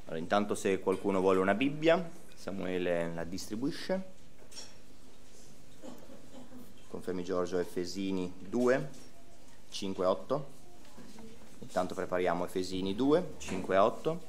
Allora, intanto se qualcuno vuole una Bibbia, Samuele la distribuisce. Confermi Giorgio Efesini 2, 5 e 8. Intanto prepariamo Efesini 2, 5 e 8.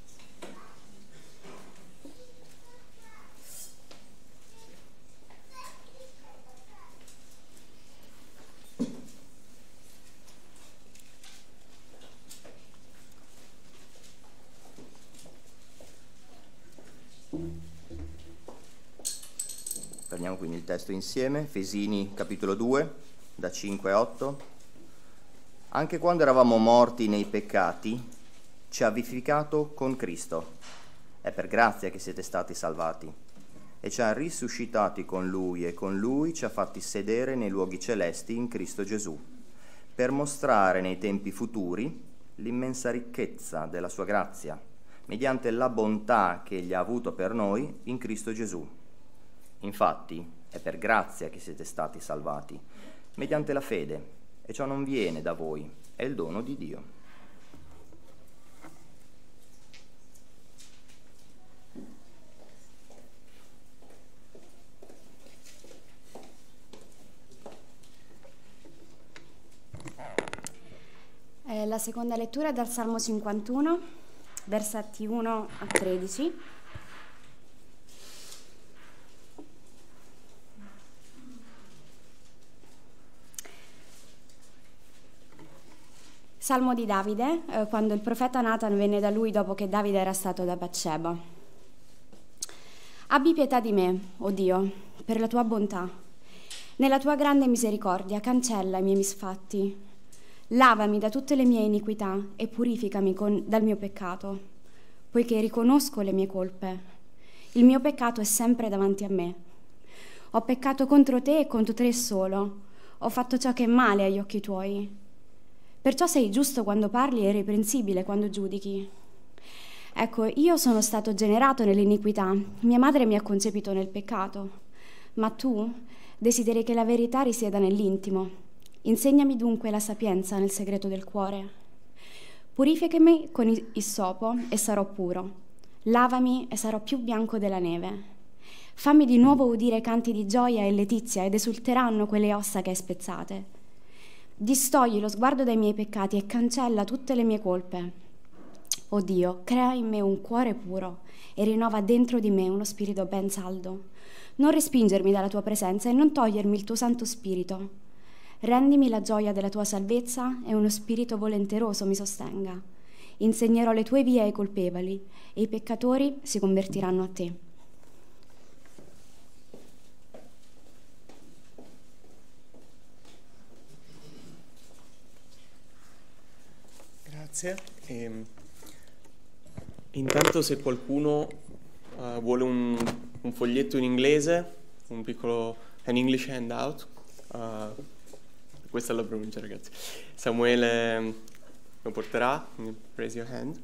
Prendiamo quindi il testo insieme, Efesini capitolo 2, da 5 a 8. Anche quando eravamo morti nei peccati, ci ha vivificato con Cristo. È per grazia che siete stati salvati. E ci ha risuscitati con Lui e con Lui ci ha fatti sedere nei luoghi celesti in Cristo Gesù, per mostrare nei tempi futuri l'immensa ricchezza della sua grazia, mediante la bontà che Egli ha avuto per noi in Cristo Gesù. Infatti, è per grazia che siete stati salvati, mediante la fede, e ciò non viene da voi, è il dono di Dio. La seconda lettura è dal Salmo 51, versetti 1 a 13. Salmo di Davide, quando il profeta Nathan venne da lui dopo che Davide era stato da Batseba. Abbi pietà di me, o Dio, per la tua bontà. Nella tua grande misericordia cancella i miei misfatti. Lavami da tutte le mie iniquità e purificami dal mio peccato, poiché riconosco le mie colpe. Il mio peccato è sempre davanti a me. Ho peccato contro te e contro te solo. Ho fatto ciò che è male agli occhi tuoi. Perciò sei giusto quando parli e irreprensibile quando giudichi. Ecco, io sono stato generato nell'iniquità, mia madre mi ha concepito nel peccato. Ma tu desideri che la verità risieda nell'intimo. Insegnami dunque la sapienza nel segreto del cuore. Purificami con issopo e sarò puro. Lavami e sarò più bianco della neve. Fammi di nuovo udire canti di gioia e letizia ed esulteranno quelle ossa che hai spezzate. Distogli lo sguardo dai miei peccati e cancella tutte le mie colpe. O Dio, crea in me un cuore puro e rinnova dentro di me uno spirito ben saldo. Non respingermi dalla tua presenza e non togliermi il tuo Santo Spirito. Rendimi la gioia della tua salvezza e uno spirito volenteroso mi sostenga. Insegnerò le tue vie ai colpevoli e i peccatori si convertiranno a te. Grazie. Intanto se qualcuno vuole un foglietto in inglese, un piccolo an English handout, questa è la pronuncia, ragazzi. Samuele lo porterà. Raise your hand.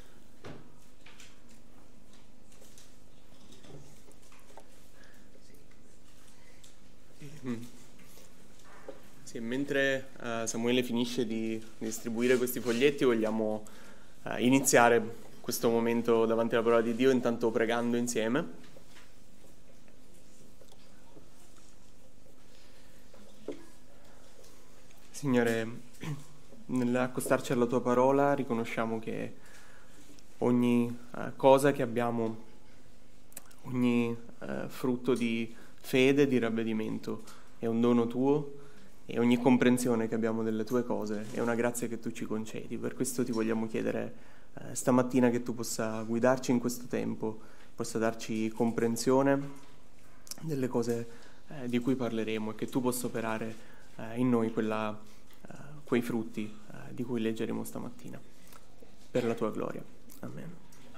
Sì, mentre Samuele finisce di distribuire questi foglietti, vogliamo iniziare questo momento davanti alla parola di Dio, intanto pregando insieme. Signore, nell'accostarci alla tua parola riconosciamo che ogni cosa che abbiamo, ogni frutto di fede, di ravvedimento è un dono tuo, e ogni comprensione che abbiamo delle tue cose è una grazia che tu ci concedi. Per questo ti vogliamo chiedere stamattina che tu possa guidarci in questo tempo, possa darci comprensione delle cose di cui parleremo e che tu possa operare in noi quei frutti di cui leggeremo stamattina, per la tua gloria. Amen.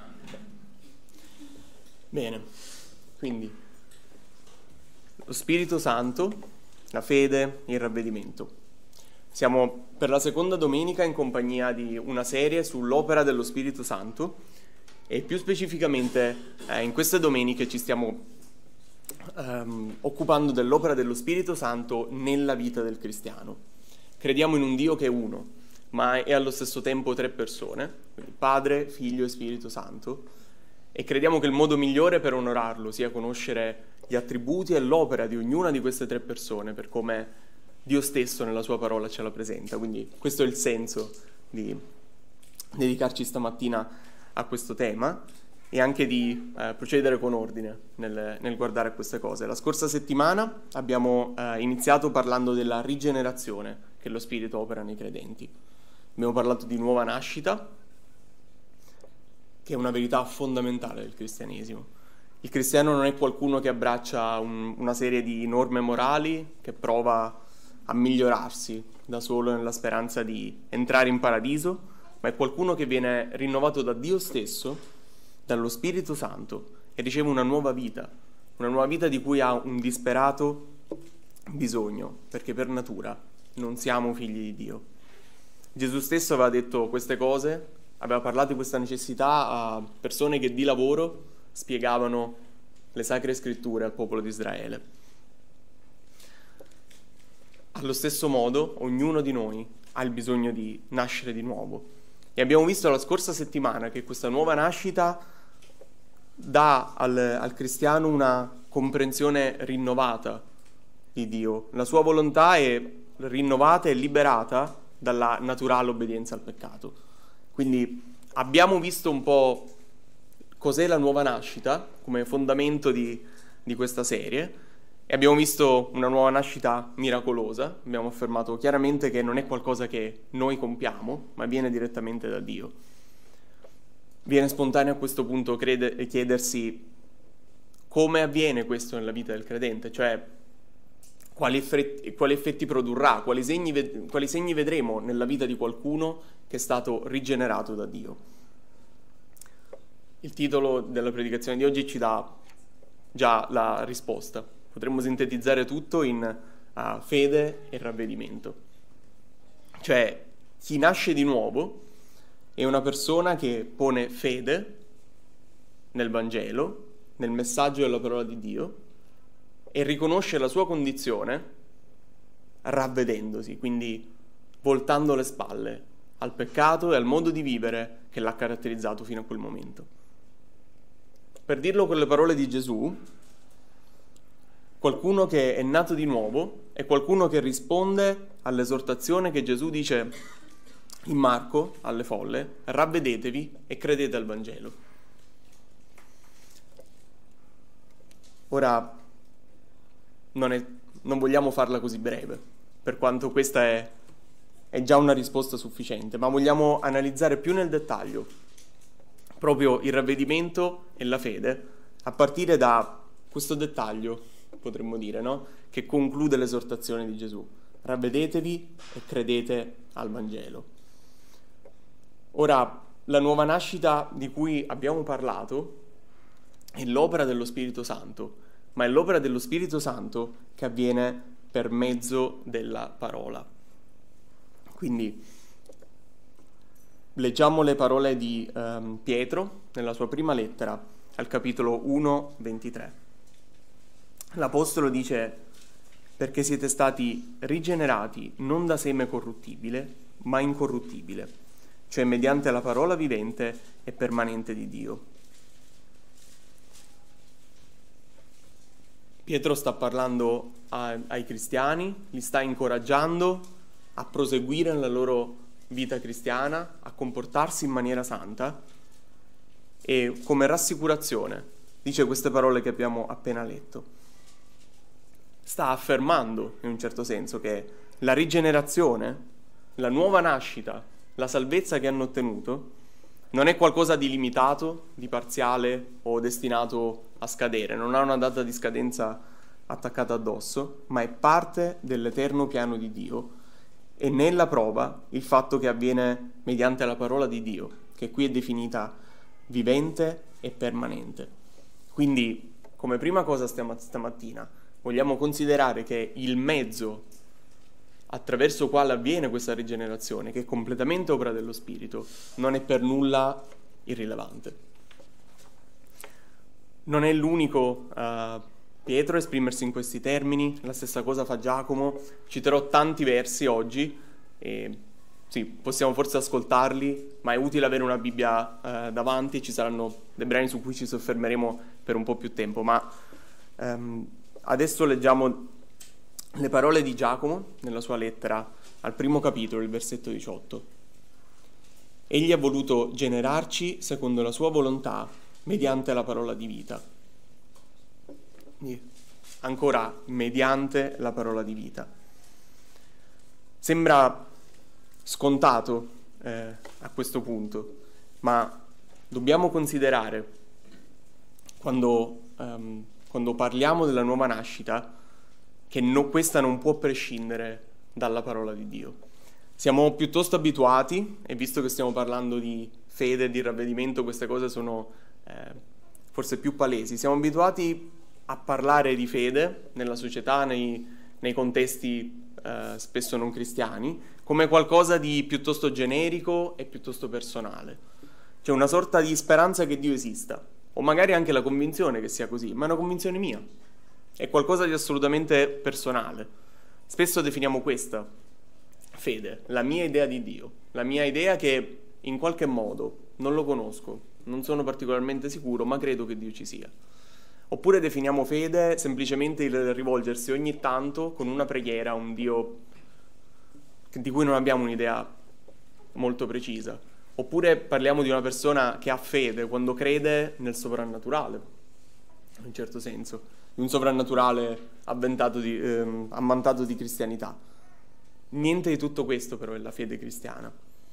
Bene, quindi lo Spirito Santo, la fede, il ravvedimento. Siamo per la seconda domenica in compagnia di una serie sull'opera dello Spirito Santo e più specificamente in queste domeniche ci stiamo occupando dell'opera dello Spirito Santo nella vita del cristiano. Crediamo in un Dio che è uno, ma è allo stesso tempo 3 persone, quindi Padre, Figlio e Spirito Santo, e crediamo che il modo migliore per onorarlo sia conoscere gli attributi e l'opera di ognuna di queste 3 persone, per come Dio stesso nella sua parola ce la presenta. Quindi questo è il senso di dedicarci stamattina a questo tema e anche di procedere con ordine nel guardare a queste cose. La scorsa settimana abbiamo iniziato parlando della rigenerazione che lo Spirito opera nei credenti. Abbiamo parlato di nuova nascita, che è una verità fondamentale del cristianesimo. Il cristiano non è qualcuno che abbraccia una serie di norme morali, che prova a migliorarsi da solo nella speranza di entrare in paradiso, ma è qualcuno che viene rinnovato da Dio stesso, dallo Spirito Santo, e riceve una nuova vita di cui ha un disperato bisogno, perché per natura non siamo figli di Dio. Gesù stesso aveva detto queste cose, aveva parlato di questa necessità a persone che di lavoro spiegavano le sacre scritture al popolo di Israele. Allo stesso modo, ognuno di noi ha il bisogno di nascere di nuovo. E abbiamo visto la scorsa settimana che questa nuova nascita dà al cristiano una comprensione rinnovata di Dio. La sua volontà è rinnovata e liberata dalla naturale obbedienza al peccato. Quindi abbiamo visto un po' cos'è la nuova nascita come fondamento di questa serie e abbiamo visto una nuova nascita miracolosa. Abbiamo affermato chiaramente che non è qualcosa che noi compiamo, ma viene direttamente da Dio. Viene spontaneo a questo punto chiedersi come avviene questo nella vita del credente, cioè quali effetti produrrà, quali segni vedremo nella vita di qualcuno che è stato rigenerato da Dio. Il titolo della predicazione di oggi ci dà già la risposta. Potremmo sintetizzare tutto in fede e ravvedimento. Cioè, chi nasce di nuovo è una persona che pone fede nel Vangelo, nel messaggio della parola di Dio, e riconosce la sua condizione ravvedendosi, quindi voltando le spalle al peccato e al modo di vivere che l'ha caratterizzato fino a quel momento. Per dirlo con le parole di Gesù, qualcuno che è nato di nuovo è qualcuno che risponde all'esortazione che Gesù dice in Marco alle folle: ravvedetevi e credete al Vangelo. Ora, non vogliamo farla così breve, per quanto questa è già una risposta sufficiente, ma vogliamo analizzare più nel dettaglio proprio il ravvedimento e la fede, a partire da questo dettaglio, potremmo dire, no? Che conclude l'esortazione di Gesù: ravvedetevi e credete al Vangelo. Ora, la nuova nascita di cui abbiamo parlato è l'opera dello Spirito Santo, ma è l'opera dello Spirito Santo che avviene per mezzo della parola. Quindi leggiamo le parole di Pietro nella sua prima lettera al capitolo 1, 23. L'Apostolo dice: perché siete stati rigenerati non da seme corruttibile, ma incorruttibile, cioè mediante la parola vivente e permanente di Dio. Pietro sta parlando ai cristiani, li sta incoraggiando a proseguire nella loro vita cristiana, a comportarsi in maniera santa, e come rassicurazione dice queste parole che abbiamo appena letto. Sta affermando in un certo senso che la rigenerazione, la nuova nascita, la salvezza che hanno ottenuto non è qualcosa di limitato, di parziale o destinato a scadere, non ha una data di scadenza attaccata addosso, ma è parte dell'eterno piano di Dio, e nella prova il fatto che avviene mediante la parola di Dio, che qui è definita vivente e permanente. Quindi, come prima cosa stamattina, vogliamo considerare che il mezzo attraverso quale avviene questa rigenerazione, che è completamente opera dello Spirito, non è per nulla irrilevante. Non è l'unico Pietro a esprimersi in questi termini, la stessa cosa fa Giacomo. Citerò tanti versi oggi e sì, possiamo forse ascoltarli, ma è utile avere una Bibbia davanti, ci saranno dei brani su cui ci soffermeremo per un po' più tempo, ma adesso leggiamo le parole di Giacomo nella sua lettera al primo capitolo, il versetto 18. Egli ha voluto generarci secondo la sua volontà mediante la parola di vita. Ancora, mediante la parola di vita. Sembra scontato a questo punto, ma dobbiamo considerare, quando parliamo della nuova nascita, che questa non può prescindere dalla parola di Dio. Siamo piuttosto abituati, e visto che stiamo parlando di fede, di ravvedimento, queste cose sono forse più palesi, siamo abituati a parlare di fede nella società, nei contesti spesso non cristiani, come qualcosa di piuttosto generico e piuttosto personale. C'è una sorta di speranza che Dio esista, o magari anche la convinzione che sia così, ma è una convinzione mia, è qualcosa di assolutamente personale. Spesso definiamo questa fede, la mia idea di Dio, la mia idea che in qualche modo non lo conosco, non sono particolarmente sicuro, ma credo che Dio ci sia. Oppure definiamo fede semplicemente il rivolgersi ogni tanto con una preghiera a un Dio di cui non abbiamo un'idea molto precisa. Oppure parliamo di una persona che ha fede quando crede nel sovrannaturale, in un certo senso, di un sovrannaturale ammantato di cristianità. Niente di tutto questo però è la fede cristiana.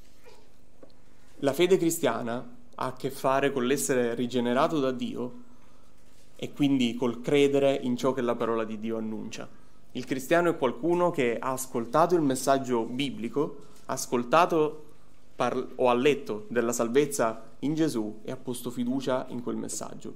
La fede cristiana ha a che fare con l'essere rigenerato da Dio e quindi col credere in ciò che la parola di Dio annuncia. Il cristiano è qualcuno che ha ascoltato il messaggio biblico, ha ascoltato o ha letto della salvezza in Gesù e ha posto fiducia in quel messaggio.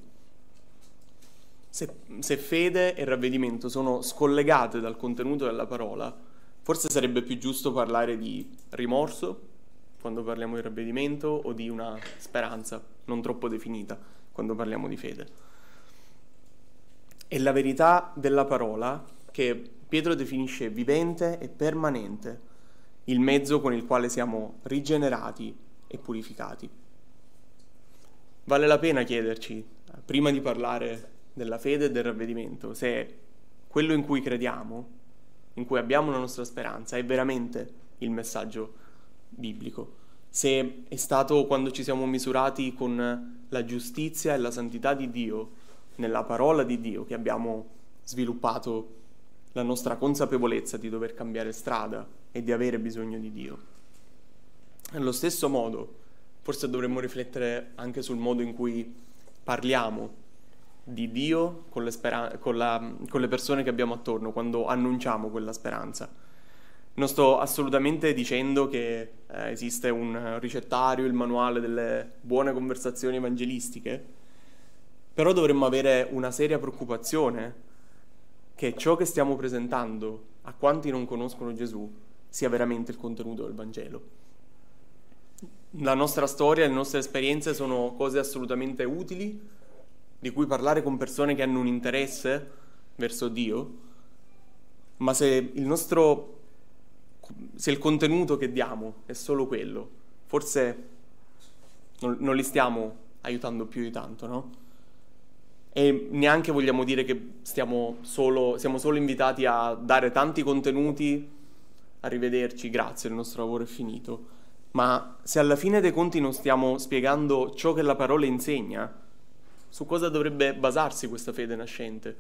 Se fede e ravvedimento sono scollegate dal contenuto della parola, forse sarebbe più giusto parlare di rimorso quando parliamo di ravvedimento o di una speranza non troppo definita quando parliamo di fede. È la verità della parola che Pietro definisce vivente e permanente, il mezzo con il quale siamo rigenerati e purificati. Vale la pena chiederci, prima di parlare della fede e del ravvedimento, se quello in cui crediamo, in cui abbiamo la nostra speranza, è veramente il messaggio biblico. Se è stato quando ci siamo misurati con la giustizia e la santità di Dio, nella parola di Dio, che abbiamo sviluppato la nostra consapevolezza di dover cambiare strada e di avere bisogno di Dio. Allo stesso modo, forse dovremmo riflettere anche sul modo in cui parliamo di Dio con le persone che abbiamo attorno, quando annunciamo quella speranza. Non sto assolutamente dicendo che esiste un ricettario, il manuale delle buone conversazioni evangelistiche, però dovremmo avere una seria preoccupazione che ciò che stiamo presentando a quanti non conoscono Gesù sia veramente il contenuto del Vangelo. La nostra storia, le nostre esperienze sono cose assolutamente utili, di cui parlare con persone che hanno un interesse verso Dio, ma se il contenuto che diamo è solo quello, forse non li stiamo aiutando più di tanto, no? E neanche vogliamo dire che siamo solo invitati a dare tanti contenuti, arrivederci, grazie, il nostro lavoro è finito. Ma se alla fine dei conti non stiamo spiegando ciò che la parola insegna, su cosa dovrebbe basarsi questa fede nascente?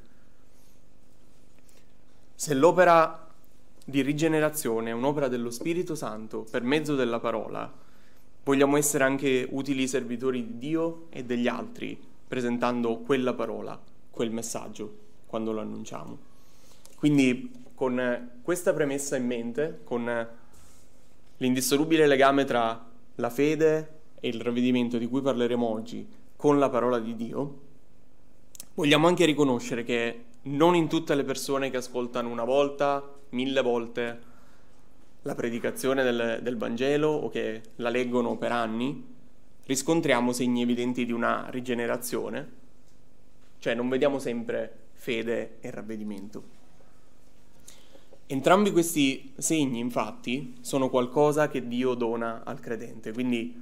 Se l'opera di rigenerazione è un'opera dello Spirito Santo per mezzo della parola, vogliamo essere anche utili servitori di Dio e degli altri, presentando quella parola, quel messaggio, quando lo annunciamo. Quindi, con questa premessa in mente, con l'indissolubile legame tra la fede e il ravvedimento di cui parleremo oggi, con la parola di Dio, vogliamo anche riconoscere che non in tutte le persone che ascoltano una volta, 1000 volte la predicazione del Vangelo o che la leggono per anni, riscontriamo segni evidenti di una rigenerazione, cioè non vediamo sempre fede e ravvedimento. Entrambi questi segni, infatti, sono qualcosa che Dio dona al credente. Quindi,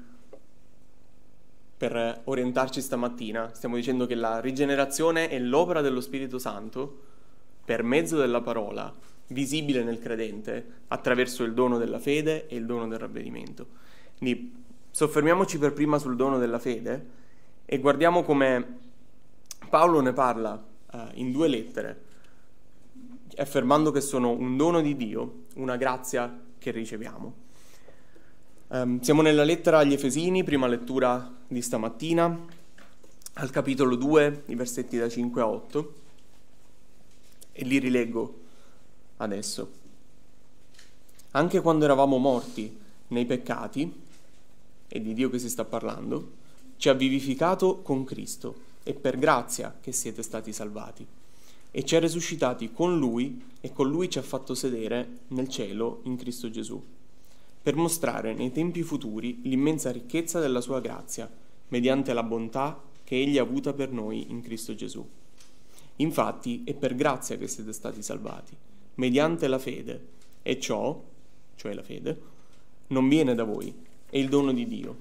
per orientarci stamattina, stiamo dicendo che la rigenerazione è l'opera dello Spirito Santo per mezzo della parola, visibile nel credente, attraverso il dono della fede e il dono del ravvedimento. Quindi soffermiamoci per prima sul dono della fede e guardiamo come Paolo ne parla in 2 lettere, affermando che sono un dono di Dio, una grazia che riceviamo. Siamo nella lettera agli Efesini, prima lettura di stamattina, al capitolo 2, i versetti da 5 a 8, e li rileggo adesso. Anche quando eravamo morti nei peccati, è di Dio che si sta parlando, ci ha vivificato con Cristo, è per grazia che siete stati salvati. E ci ha resuscitati con Lui e con Lui ci ha fatto sedere nel cielo in Cristo Gesù, per mostrare nei tempi futuri l'immensa ricchezza della sua grazia, mediante la bontà che Egli ha avuta per noi in Cristo Gesù. Infatti è per grazia che siete stati salvati, mediante la fede, e ciò, cioè la fede, non viene da voi, è il dono di Dio.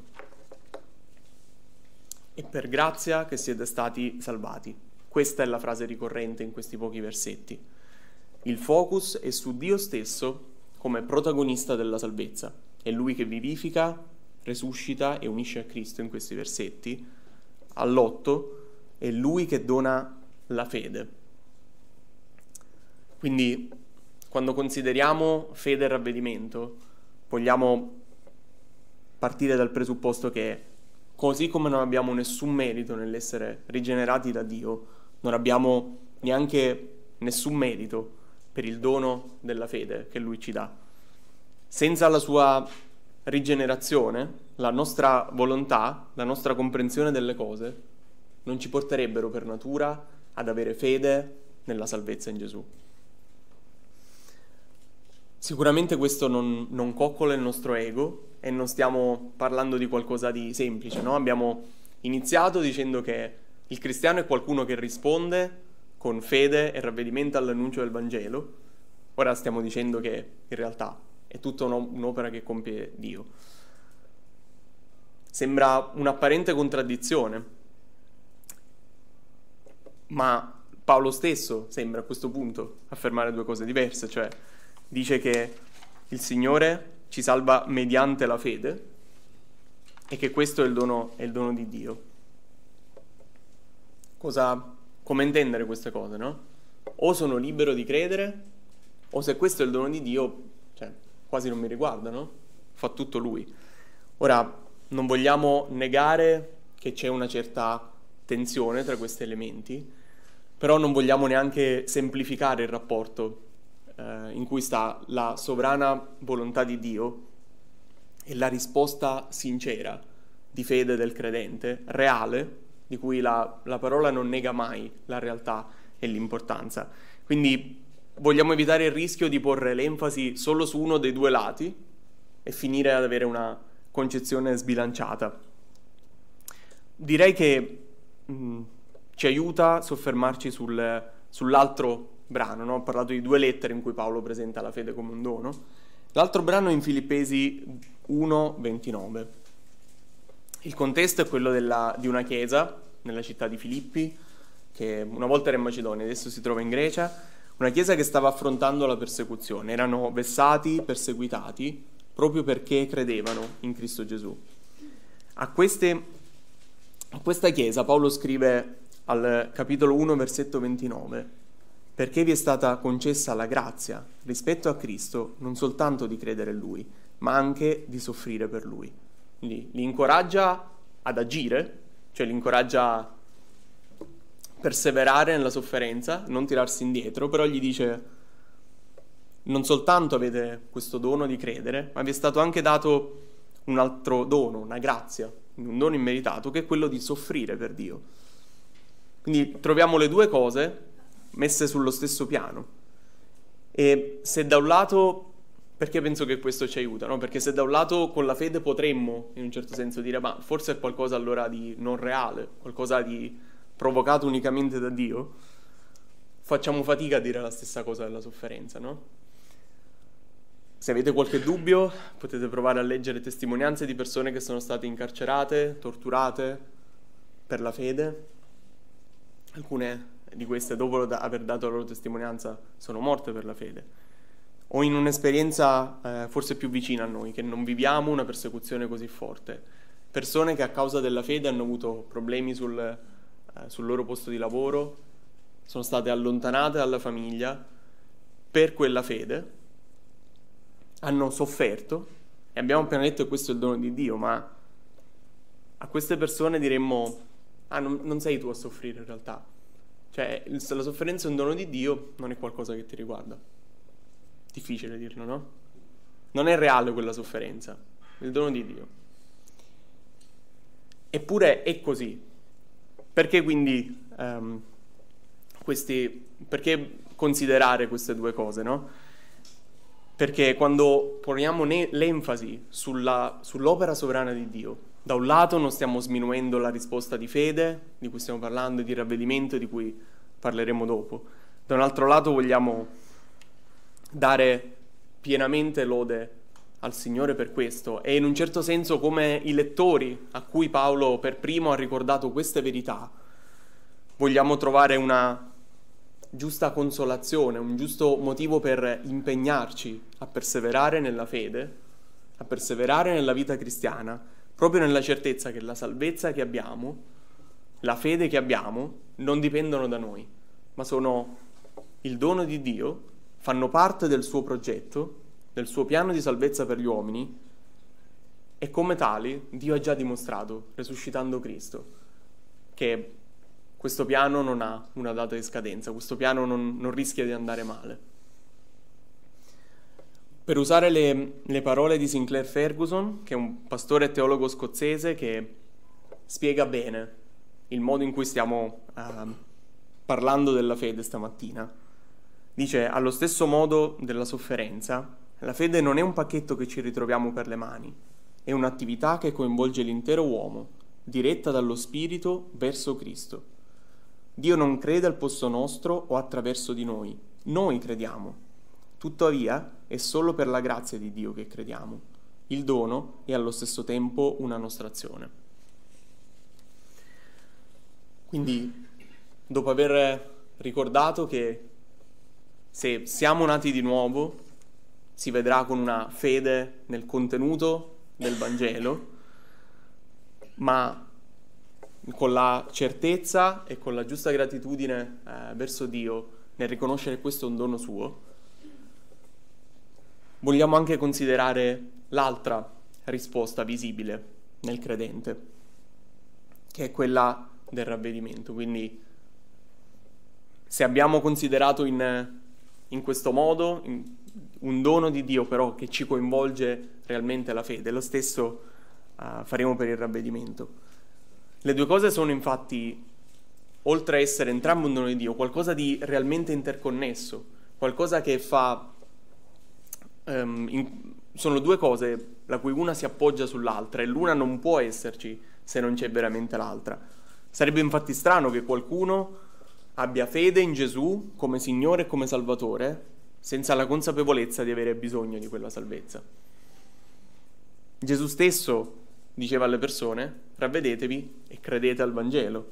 È per grazia che siete stati salvati. Questa è la frase ricorrente in questi pochi versetti. Il focus è su Dio stesso come protagonista della salvezza. È Lui che vivifica, resuscita e unisce a Cristo in questi versetti. All'8 è Lui che dona la fede. Quindi, quando consideriamo fede e ravvedimento, vogliamo partire dal presupposto che, così come non abbiamo nessun merito nell'essere rigenerati da Dio, non abbiamo neanche nessun merito per il dono della fede che Lui ci dà. Senza la sua rigenerazione, la nostra volontà, la nostra comprensione delle cose non ci porterebbero per natura ad avere fede nella salvezza in Gesù. Sicuramente questo non coccola il nostro ego e non stiamo parlando di qualcosa di semplice, no? Abbiamo iniziato dicendo che il cristiano è qualcuno che risponde con fede e ravvedimento all'annuncio del Vangelo. Ora stiamo dicendo che in realtà è tutta un'opera che compie Dio. Sembra un'apparente contraddizione, ma Paolo stesso sembra a questo punto affermare 2 cose diverse, cioè dice che il Signore ci salva mediante la fede e che questo è il dono di Dio. Come intendere queste cose, no? O sono libero di credere, o se questo è il dono di Dio, cioè quasi non mi riguarda, no? Fa tutto Lui. Ora, non vogliamo negare che c'è una certa tensione tra questi elementi, però non vogliamo neanche semplificare il rapporto in cui sta la sovrana volontà di Dio e la risposta sincera di fede del credente, reale, di cui la parola non nega mai la realtà e l'importanza. Quindi vogliamo evitare il rischio di porre l'enfasi solo su uno dei 2 lati e finire ad avere una concezione sbilanciata. Direi che ci aiuta a soffermarci sull'altro brano, no? Ho parlato di 2 lettere in cui Paolo presenta la fede come un dono. L'altro brano è in Filippesi 1:29. Il contesto è quello di una chiesa nella città di Filippi, che una volta era in Macedonia, adesso si trova in Grecia, una chiesa che stava affrontando la persecuzione. Erano vessati, perseguitati, proprio perché credevano in Cristo Gesù. A questa chiesa Paolo scrive al capitolo 1, versetto 29, perché vi è stata concessa la grazia rispetto a Cristo non soltanto di credere in Lui, ma anche di soffrire per Lui. Quindi li incoraggia ad agire, cioè li incoraggia a perseverare nella sofferenza, non tirarsi indietro, però gli dice: non soltanto avete questo dono di credere, ma vi è stato anche dato un altro dono, una grazia, un dono immeritato, che è quello di soffrire per Dio. Quindi troviamo le 2 cose messe sullo stesso piano. E se da un lato, perché penso che questo ci aiuta, no? Perché se da un lato con la fede potremmo in un certo senso dire: ma forse è qualcosa allora di non reale, qualcosa di provocato unicamente da Dio, facciamo fatica a dire la stessa cosa della sofferenza, no? Se avete qualche dubbio, potete provare a leggere testimonianze di persone che sono state incarcerate, torturate per la fede. Alcune di queste, dopo aver dato la loro testimonianza, sono morte per la fede. O in un'esperienza forse più vicina a noi, che non viviamo una persecuzione così forte. Persone che a causa della fede hanno avuto problemi sul loro posto di lavoro, sono state allontanate dalla famiglia per quella fede, hanno sofferto, e abbiamo appena detto che questo è il dono di Dio, ma a queste persone diremmo: non sei tu a soffrire in realtà. Cioè, la sofferenza è un dono di Dio, non è qualcosa che ti riguarda. Difficile dirlo, no? Non è reale quella sofferenza, è il dono di Dio. Eppure è così. Perché quindi perché considerare queste due cose, no? Perché quando poniamo l'enfasi sull'opera sovrana di Dio, da un lato non stiamo sminuendo la risposta di fede, di cui stiamo parlando, e di ravvedimento, di cui parleremo dopo. Da un altro lato vogliamo dare pienamente lode al Signore per questo, e in un certo senso, come i lettori a cui Paolo per primo ha ricordato queste verità, vogliamo trovare una giusta consolazione, un giusto motivo per impegnarci a perseverare nella fede, a perseverare nella vita cristiana, proprio nella certezza che la salvezza che abbiamo, la fede che abbiamo, non dipendono da noi, ma sono il dono di Dio, fanno parte del suo progetto, del suo piano di salvezza per gli uomini, e come tali Dio ha già dimostrato, resuscitando Cristo, che questo piano non ha una data di scadenza, questo piano non rischia di andare male. Per usare le parole di Sinclair Ferguson, che è un pastore e teologo scozzese che spiega bene il modo in cui stiamo parlando della fede stamattina, dice: allo stesso modo della sofferenza, la fede non è un pacchetto che ci ritroviamo per le mani, è un'attività che coinvolge l'intero uomo, diretta dallo Spirito verso Cristo. Dio non crede al posto nostro o attraverso di noi crediamo. Tuttavia è solo per la grazia di Dio che crediamo. Il dono è allo stesso tempo una nostra azione. Quindi, dopo aver ricordato che se siamo nati di nuovo, si vedrà con una fede nel contenuto del Vangelo, ma con la certezza e con la giusta gratitudine verso Dio nel riconoscere che questo è un dono suo, vogliamo anche considerare l'altra risposta visibile nel credente, che è quella del ravvedimento. Quindi, se abbiamo considerato in questo modo un dono di Dio, però che ci coinvolge realmente la fede, lo stesso faremo per il ravvedimento. Le due cose sono infatti, oltre a essere entrambi un dono di Dio, qualcosa di realmente interconnesso, qualcosa che fa... sono due cose la cui una si appoggia sull'altra, e l'una non può esserci se non c'è veramente l'altra. Sarebbe infatti strano che qualcuno abbia fede in Gesù come Signore e come Salvatore senza la consapevolezza di avere bisogno di quella salvezza. Gesù stesso diceva alle persone: ravvedetevi e credete al Vangelo.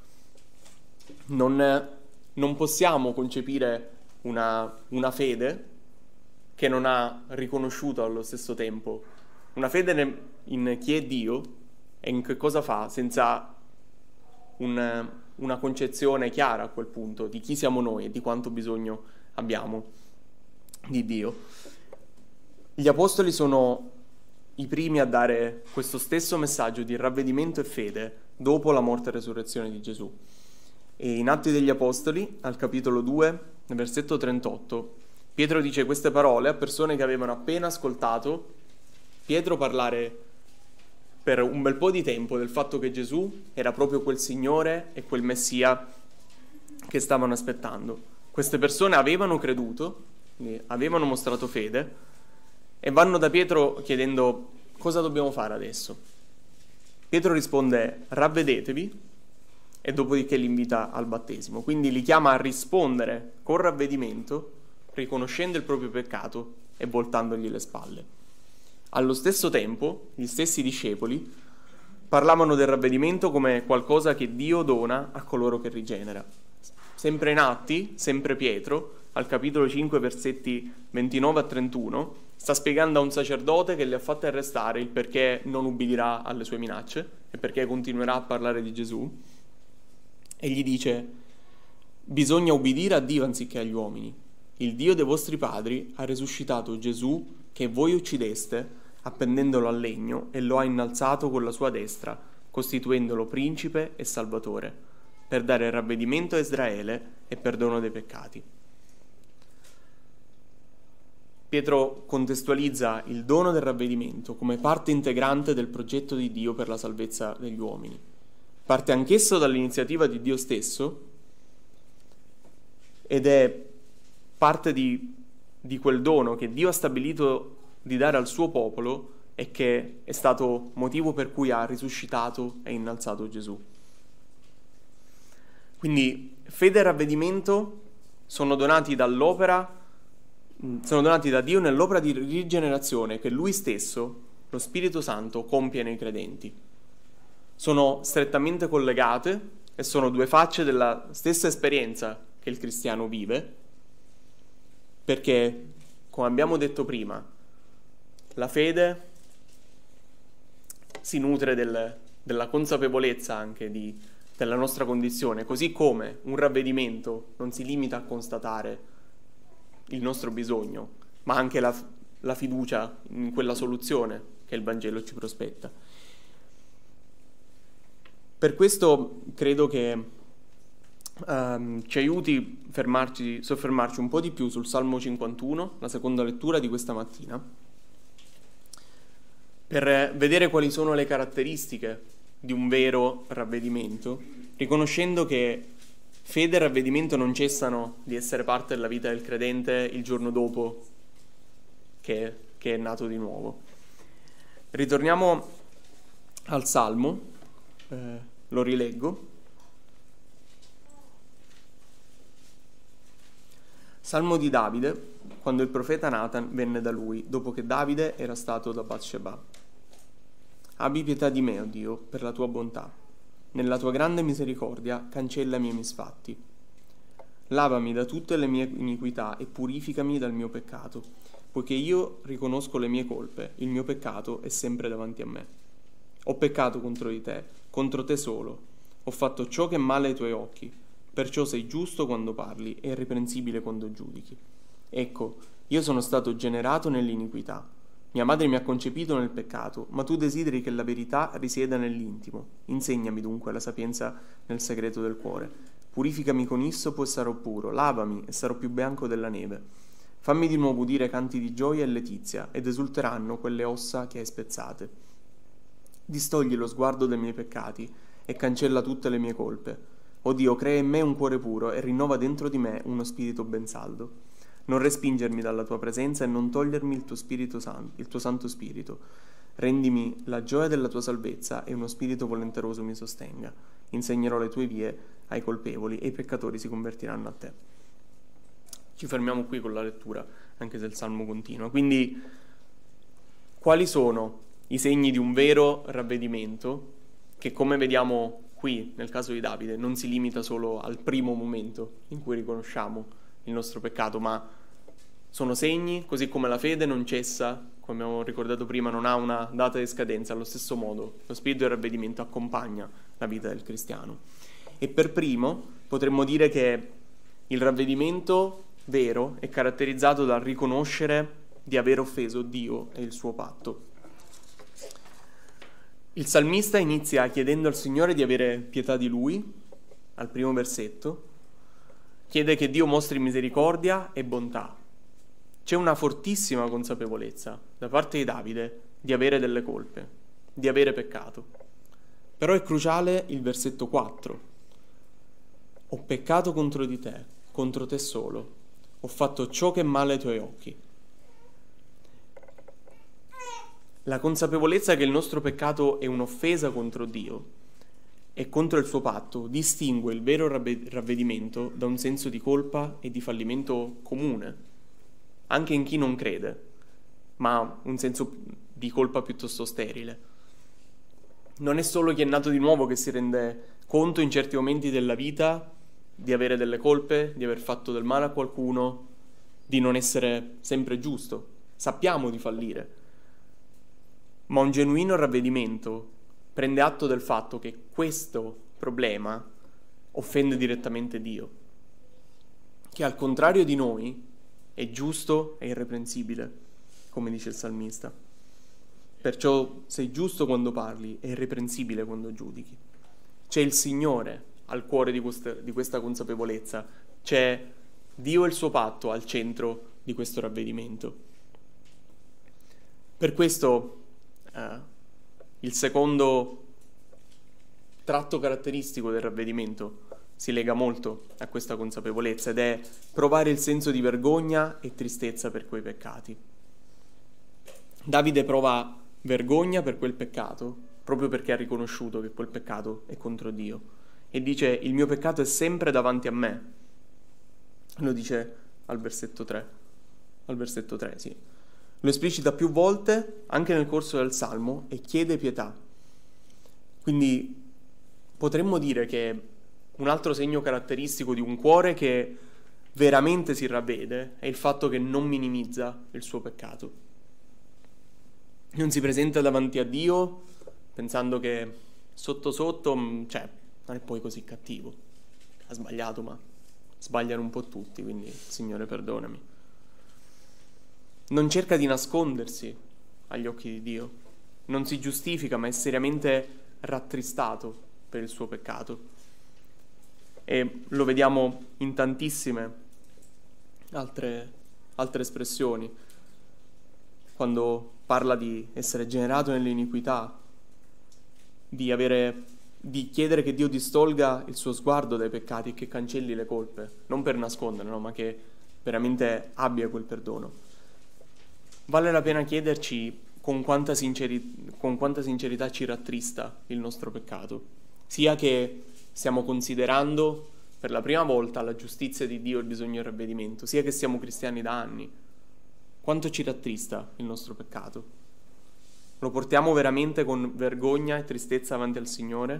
Non possiamo concepire una fede che non ha riconosciuto allo stesso tempo una fede in chi è Dio e in che cosa fa, senza una concezione chiara a quel punto di chi siamo noi e di quanto bisogno abbiamo di Dio. Gli apostoli sono i primi a dare questo stesso messaggio di ravvedimento e fede dopo la morte e resurrezione di Gesù. E in Atti degli Apostoli, al capitolo 2, nel versetto 38, Pietro dice queste parole a persone che avevano appena ascoltato Pietro parlare per un bel po' di tempo del fatto che Gesù era proprio quel Signore e quel Messia che stavano aspettando. Queste persone avevano creduto, avevano mostrato fede, e vanno da Pietro chiedendo: cosa dobbiamo fare adesso? Pietro risponde: ravvedetevi, e dopodiché li invita al battesimo. Quindi li chiama a rispondere con ravvedimento riconoscendo il proprio peccato e voltandogli le spalle. Allo stesso tempo, gli stessi discepoli parlavano del ravvedimento come qualcosa che Dio dona a coloro che rigenera. Sempre in Atti, sempre Pietro, al capitolo 5, versetti 29 a 31, sta spiegando a un sacerdote che le ha fatte arrestare il perché non ubbidirà alle sue minacce e perché continuerà a parlare di Gesù, e gli dice: bisogna ubbidire a Dio anziché agli uomini. Il Dio dei vostri padri ha risuscitato Gesù che voi uccideste appendendolo al legno e lo ha innalzato con la sua destra, costituendolo principe e salvatore, per dare ravvedimento a Israele e perdono dei peccati. Pietro contestualizza il dono del ravvedimento come parte integrante del progetto di Dio per la salvezza degli uomini. Parte anch'esso dall'iniziativa di Dio stesso ed è parte di quel dono che Dio ha stabilito di dare al suo popolo e che è stato motivo per cui ha risuscitato e innalzato Gesù. Quindi fede e ravvedimento sono donati da Dio nell'opera di rigenerazione che Lui stesso, lo Spirito Santo, compie nei credenti. Sono strettamente collegate e sono due facce della stessa esperienza che il cristiano vive, perché, come abbiamo detto prima, la fede si nutre della consapevolezza anche della nostra condizione, così come un ravvedimento non si limita a constatare il nostro bisogno, ma anche la fiducia in quella soluzione che il Vangelo ci prospetta. Per questo credo che ci aiuti soffermarci un po' di più sul Salmo 51, la seconda lettura di questa mattina, per vedere quali sono le caratteristiche di un vero ravvedimento, riconoscendo che fede e ravvedimento non cessano di essere parte della vita del credente il giorno dopo che è nato di nuovo. Ritorniamo al Salmo, lo rileggo. Salmo di Davide, quando il profeta Nathan venne da lui, dopo che Davide era stato da Batsheba. Abbi pietà di me, o Dio, per la tua bontà. Nella tua grande misericordia cancella i miei misfatti. Lavami da tutte le mie iniquità e purificami dal mio peccato, poiché io riconosco le mie colpe, il mio peccato è sempre davanti a me. Ho peccato contro te solo. Ho fatto ciò che è male ai tuoi occhi, perciò sei giusto quando parli e irreprensibile quando giudichi. Ecco, io sono stato generato nell'iniquità. Mia madre mi ha concepito nel peccato, ma tu desideri che la verità risieda nell'intimo. Insegnami dunque la sapienza nel segreto del cuore. Purificami con issopo e sarò puro, lavami e sarò più bianco della neve. Fammi di nuovo udire canti di gioia e letizia, ed esulteranno quelle ossa che hai spezzate. Distogli lo sguardo dai miei peccati e cancella tutte le mie colpe. O Dio, crea in me un cuore puro e rinnova dentro di me uno spirito ben saldo. Non respingermi dalla tua presenza e non togliermi il tuo Santo Spirito. Rendimi la gioia della tua salvezza e uno spirito volenteroso mi sostenga. Insegnerò le tue vie ai colpevoli e i peccatori si convertiranno a te. Ci fermiamo qui con la lettura, anche se il Salmo continua. Quindi, quali sono i segni di un vero ravvedimento che, come vediamo qui nel caso di Davide, non si limita solo al primo momento in cui riconosciamo il nostro peccato, ma sono segni, così come la fede non cessa, come abbiamo ricordato prima, non ha una data di scadenza. Allo stesso modo lo spirito del ravvedimento accompagna la vita del cristiano. E per primo potremmo dire che il ravvedimento vero è caratterizzato dal riconoscere di aver offeso Dio e il suo patto. Il salmista inizia chiedendo al Signore di avere pietà di lui, al primo versetto. Chiede che Dio mostri misericordia e bontà. C'è una fortissima consapevolezza da parte di Davide di avere delle colpe, di avere peccato. Però è cruciale il versetto 4. Ho peccato contro di te, contro te solo. Ho fatto ciò che è male ai tuoi occhi. La consapevolezza che il nostro peccato è un'offesa contro Dio e contro il suo patto distingue il vero ravvedimento da un senso di colpa e di fallimento comune anche in chi non crede, ma un senso di colpa piuttosto sterile. Non è solo chi è nato di nuovo che si rende conto in certi momenti della vita di avere delle colpe, di aver fatto del male a qualcuno, di non essere sempre giusto. Sappiamo di fallire, ma un genuino ravvedimento prende atto del fatto che questo problema offende direttamente Dio, che al contrario di noi è giusto e irreprensibile, come dice il salmista. Perciò sei giusto quando parli e irreprensibile quando giudichi. C'è il Signore al cuore di questa consapevolezza, c'è Dio e il suo patto al centro di questo ravvedimento. Per questo il secondo tratto caratteristico del ravvedimento si lega molto a questa consapevolezza ed è provare il senso di vergogna e tristezza per quei peccati. Davide prova vergogna per quel peccato proprio perché ha riconosciuto che quel peccato è contro Dio e dice: il mio peccato è sempre davanti a me. Lo dice al versetto 3. Al versetto 3, sì. Lo esplicita più volte anche nel corso del Salmo e chiede pietà. Quindi potremmo dire che un altro segno caratteristico di un cuore che veramente si ravvede è il fatto che non minimizza il suo peccato. Non si presenta davanti a Dio pensando che sotto sotto, non è poi così cattivo. Ha sbagliato, ma sbagliano un po' tutti, quindi Signore perdonami. Non cerca di nascondersi agli occhi di Dio, non si giustifica, ma è seriamente rattristato per il suo peccato. E lo vediamo in tantissime altre espressioni, quando parla di essere generato nell'iniquità, di chiedere che Dio distolga il suo sguardo dai peccati e che cancelli le colpe, non per nasconderle, no, ma che veramente abbia quel perdono. Vale la pena chiederci con quanta sincerità ci rattrista il nostro peccato, sia che stiamo considerando per la prima volta la giustizia di Dio e il bisogno del ravvedimento, sia che siamo cristiani da anni. Quanto ci rattrista il nostro peccato? Lo portiamo veramente con vergogna e tristezza avanti al Signore?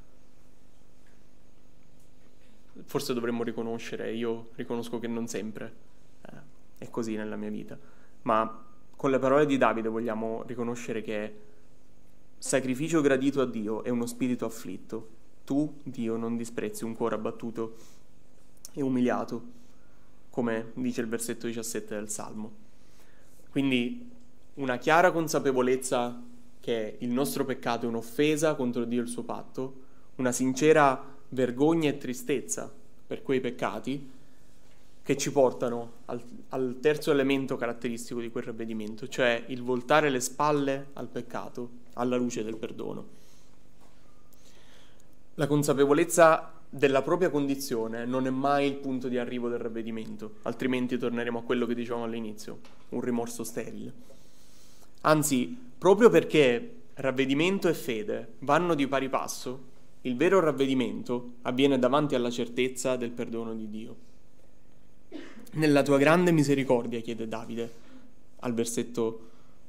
Forse dovremmo riconoscere, io riconosco che non sempre è così nella mia vita, ma con le parole di Davide vogliamo riconoscere che sacrificio gradito a Dio è uno spirito afflitto. Tu, Dio, non disprezzi un cuore abbattuto e umiliato, come dice il versetto 17 del Salmo. Quindi una chiara consapevolezza che il nostro peccato è un'offesa contro Dio e il suo patto, una sincera vergogna e tristezza per quei peccati che ci portano al terzo elemento caratteristico di quel ravvedimento, cioè il voltare le spalle al peccato alla luce del perdono. La consapevolezza della propria condizione non è mai il punto di arrivo del ravvedimento, altrimenti torneremo a quello che dicevamo all'inizio, un rimorso sterile. Anzi, proprio perché ravvedimento e fede vanno di pari passo, il vero ravvedimento avviene davanti alla certezza del perdono di Dio. Nella tua grande misericordia, chiede Davide al versetto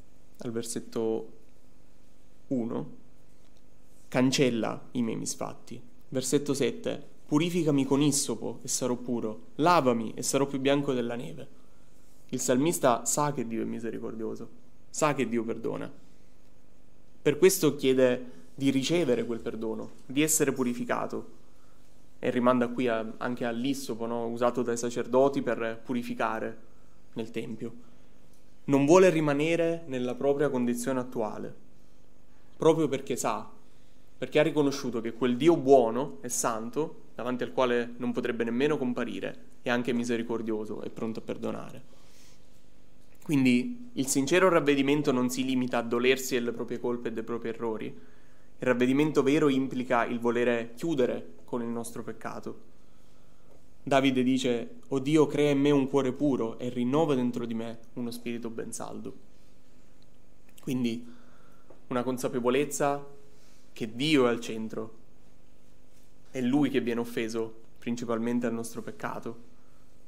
1, cancella i miei misfatti. Versetto 7, purificami con issopo e sarò puro, lavami e sarò più bianco della neve. Il salmista sa che Dio è misericordioso, sa che Dio perdona. Per questo chiede di ricevere quel perdono, di essere purificato. E rimanda qui anche all'issopo, no? Usato dai sacerdoti per purificare nel Tempio. Non vuole rimanere nella propria condizione attuale, proprio perché sa, perché ha riconosciuto che quel Dio buono e santo, davanti al quale non potrebbe nemmeno comparire, è anche misericordioso e pronto a perdonare. Quindi il sincero ravvedimento non si limita a dolersi delle proprie colpe e dei propri errori. Il ravvedimento vero implica il volere chiudere con il nostro peccato. Davide dice: «O Dio, crea in me un cuore puro e rinnova dentro di me uno spirito ben saldo». Quindi una consapevolezza che Dio è al centro, è Lui che viene offeso principalmente al nostro peccato,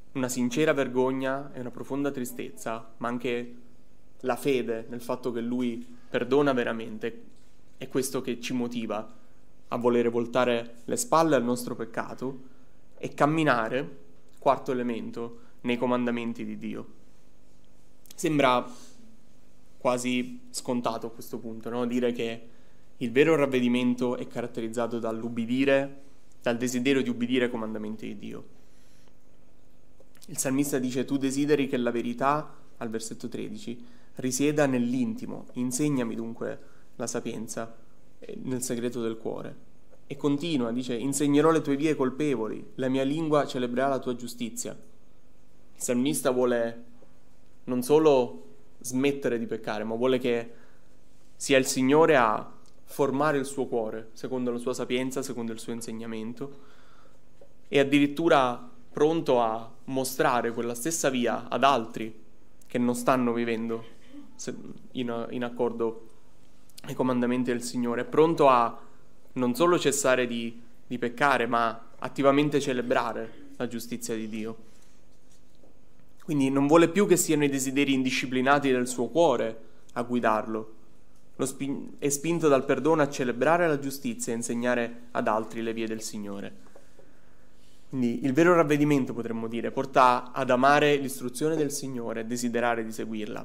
una sincera vergogna e una profonda tristezza, ma anche la fede nel fatto che Lui perdona veramente. È questo che ci motiva a volere voltare le spalle al nostro peccato e camminare, quarto elemento, nei comandamenti di Dio. Sembra quasi scontato a questo punto, no? Dire che il vero ravvedimento è caratterizzato dall'ubbidire, dal desiderio di ubbidire ai comandamenti di Dio. Il salmista dice: tu desideri che la verità, al versetto 13, risieda nell'intimo, insegnami dunque la sapienza nel segreto del cuore. E continua, dice: insegnerò le tue vie colpevoli, la mia lingua celebrerà la tua giustizia. Il salmista vuole non solo smettere di peccare, ma vuole che sia il Signore a formare il suo cuore secondo la sua sapienza, secondo il suo insegnamento, e addirittura pronto a mostrare quella stessa via ad altri che non stanno vivendo in accordo ai comandamenti del Signore. È pronto a non solo cessare di peccare, ma attivamente celebrare la giustizia di Dio. Quindi non vuole più che siano i desideri indisciplinati del suo cuore a guidarlo. È spinto dal perdono a celebrare la giustizia e insegnare ad altri le vie del Signore. Quindi il vero ravvedimento, potremmo dire, porta ad amare l'istruzione del Signore e desiderare di seguirla.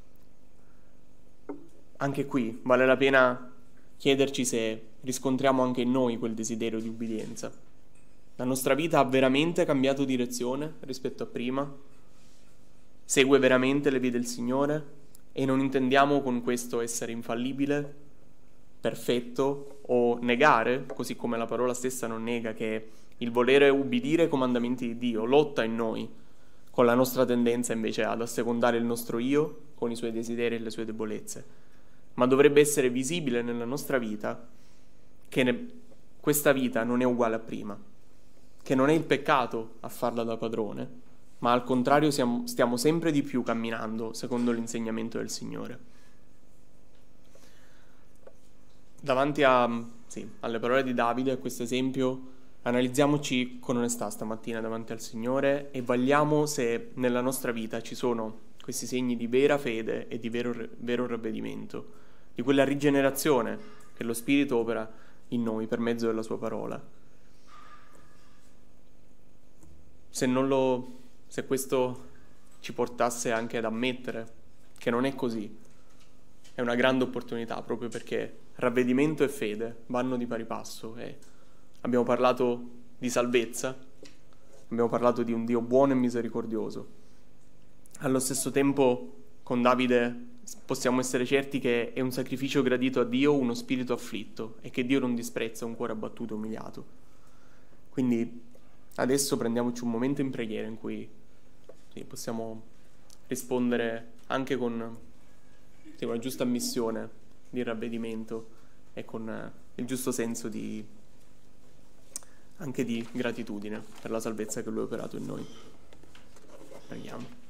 Anche qui vale la pena chiederci se riscontriamo anche in noi quel desiderio di ubbidienza. La nostra vita ha veramente cambiato direzione rispetto a prima? Segue veramente le vie del Signore? E non intendiamo con questo essere infallibile, perfetto, o negare, così come la parola stessa non nega, che il volere ubbidire ai comandamenti di Dio lotta in noi con la nostra tendenza invece ad assecondare il nostro io con i suoi desideri e le sue debolezze. Ma dovrebbe essere visibile nella nostra vita che questa vita non è uguale a prima, che non è il peccato a farla da padrone, ma al contrario stiamo sempre di più camminando secondo l'insegnamento del Signore. Davanti alle parole di Davide, a questo esempio, analizziamoci con onestà stamattina davanti al Signore e vagliamo se nella nostra vita ci sono questi segni di vera fede e di vero ravvedimento, di quella rigenerazione che lo Spirito opera in noi per mezzo della sua parola. Se questo ci portasse anche ad ammettere che non è così, è una grande opportunità, proprio perché ravvedimento e fede vanno di pari passo. E abbiamo parlato di salvezza, abbiamo parlato di un Dio buono e misericordioso. Allo stesso tempo, con Davide possiamo essere certi che è un sacrificio gradito a Dio uno spirito afflitto e che Dio non disprezza un cuore abbattuto e umiliato. Quindi adesso prendiamoci un momento in preghiera in cui possiamo rispondere anche con una giusta ammissione di ravvedimento e con il giusto senso anche di gratitudine per la salvezza che Lui ha operato in noi. Preghiamo.